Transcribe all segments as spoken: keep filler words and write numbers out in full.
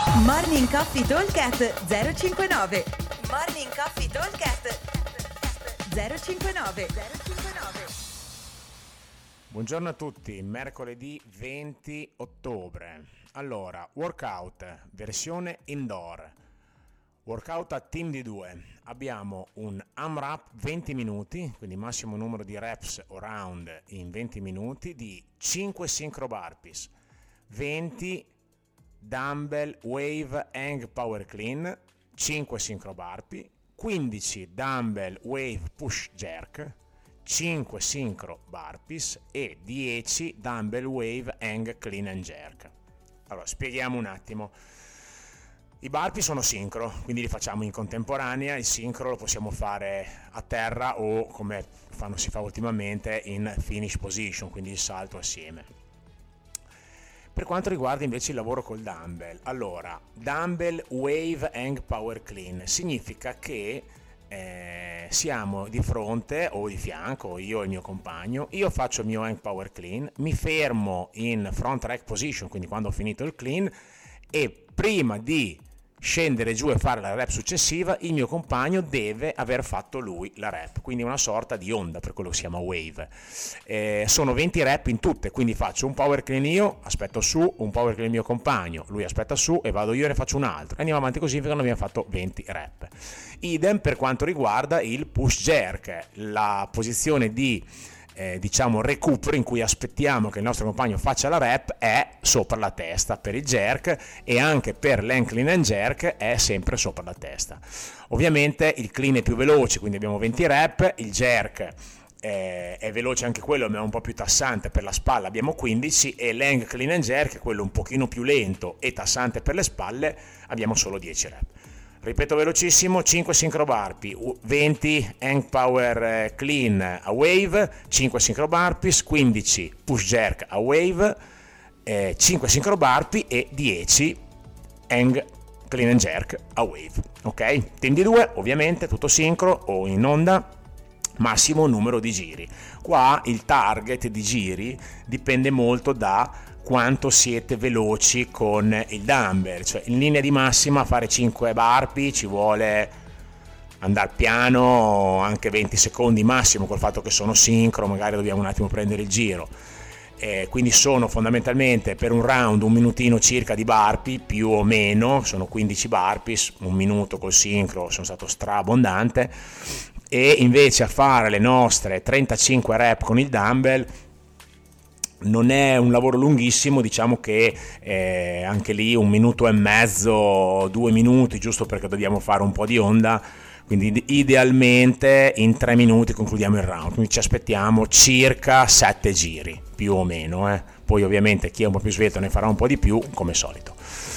Morning Coffee Talkcast zero cinquantanove. Morning Coffee Talkcast zero cinquantanove. Buongiorno a tutti, mercoledì venti ottobre. Allora, workout, versione indoor. Workout a team di due. Abbiamo un AMRAP venti minuti, quindi massimo numero di reps o round in venti minuti di cinque synchro burpees, venti dumbbell wave hang power clean, cinque synchro burpee, quindici dumbbell wave push jerk, cinque synchro burpees e dieci dumbbell wave hang clean and jerk. Allora, spieghiamo un attimo. I burpee sono sincro, quindi li facciamo in contemporanea. Il sincro lo possiamo fare a terra o, come fanno, si fa ultimamente, in finish position, quindi il salto assieme. Per quanto riguarda invece il lavoro col dumbbell, allora, dumbbell wave hang power clean significa che eh, siamo di fronte o di fianco, io e il mio compagno, io faccio il mio hang power clean, mi fermo in front rack position, quindi quando ho finito il clean, e prima di scendere giù e fare la rep successiva il mio compagno deve aver fatto lui la rep, quindi una sorta di onda, per quello si chiama wave. Eh, sono venti rep in tutte, quindi faccio un power clean io, aspetto su, un power clean il mio compagno, lui aspetta su e vado io e ne faccio un altro, e andiamo avanti così finché non abbiamo fatto venti rep. Idem per quanto riguarda il push jerk, la posizione di Eh, diciamo recupero in cui aspettiamo che il nostro compagno faccia la rep è sopra la testa per il jerk, e anche per l'hang clean and jerk è sempre sopra la testa. Ovviamente il clean è più veloce, quindi abbiamo venti rep, il jerk eh, è veloce anche quello ma è un po' più tassante per la spalla, abbiamo quindici, e l'hang clean and jerk, quello un pochino più lento e tassante per le spalle, abbiamo solo dieci rep. Ripeto velocissimo: cinque synchro burpee, venti hang power clean a wave, cinque synchro burpees, quindici push jerk a wave, eh, cinque synchro burpee e dieci hang clean and jerk a wave. Ok? Team di due, ovviamente tutto sincro o in onda, massimo numero di giri. Qua il target di giri dipende molto da quanto siete veloci con il dumbbell, cioè in linea di massima fare cinque burpee ci vuole andare piano, anche venti secondi massimo, col fatto che sono sincro magari dobbiamo un attimo prendere il giro, eh, quindi sono fondamentalmente per un round un minutino circa di burpee, più o meno, sono quindici burpees, un minuto col sincro, sono stato straabbondante, e invece a fare le nostre trentacinque rep con il dumbbell non è un lavoro lunghissimo, diciamo che eh, anche lì un minuto e mezzo, due minuti, giusto perché dobbiamo fare un po' di onda, quindi idealmente in tre minuti concludiamo il round, quindi ci aspettiamo circa sette giri, più o meno, eh. Poi ovviamente chi è un po' più svelto ne farà un po' di più, come solito.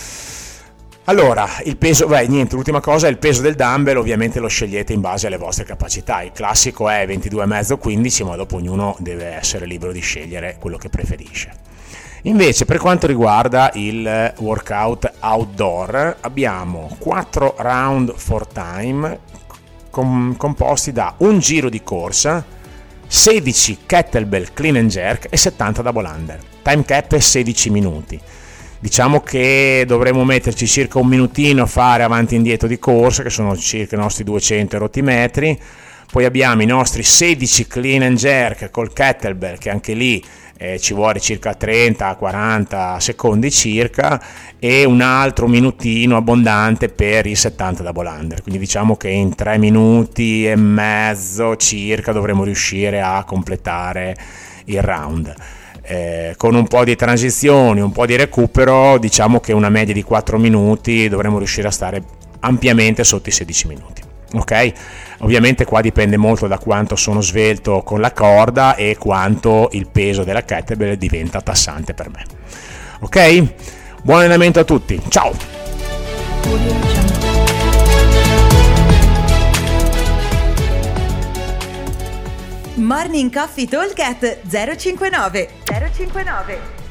Allora, il peso, beh, niente, l'ultima cosa è il peso del dumbbell, ovviamente lo scegliete in base alle vostre capacità. Il classico è ventidue virgola cinque quindici, ma dopo ognuno deve essere libero di scegliere quello che preferisce. Invece, per quanto riguarda il workout outdoor, abbiamo quattro round for time com- composti da un giro di corsa, sedici kettlebell clean and jerk e settanta double under. Time cap è sedici minuti. Diciamo che dovremo metterci circa un minutino a fare avanti e indietro di corsa, che sono circa i nostri duecento rotti metri. Poi abbiamo i nostri sedici clean and jerk col kettlebell, che anche lì eh, ci vuole circa trenta quaranta secondi circa, e un altro minutino abbondante per i settanta double under. Quindi diciamo che in tre minuti e mezzo circa dovremo riuscire a completare il round. Eh, con un po' di transizioni, un po' di recupero, diciamo che una media di quattro minuti dovremo riuscire a stare ampiamente sotto i sedici minuti. Ok? Ovviamente qua dipende molto da quanto sono svelto con la corda e quanto il peso della kettlebell diventa tassante per me. Ok? Buon allenamento a tutti, ciao! Morning Coffee Talkcast zero cinquantanove.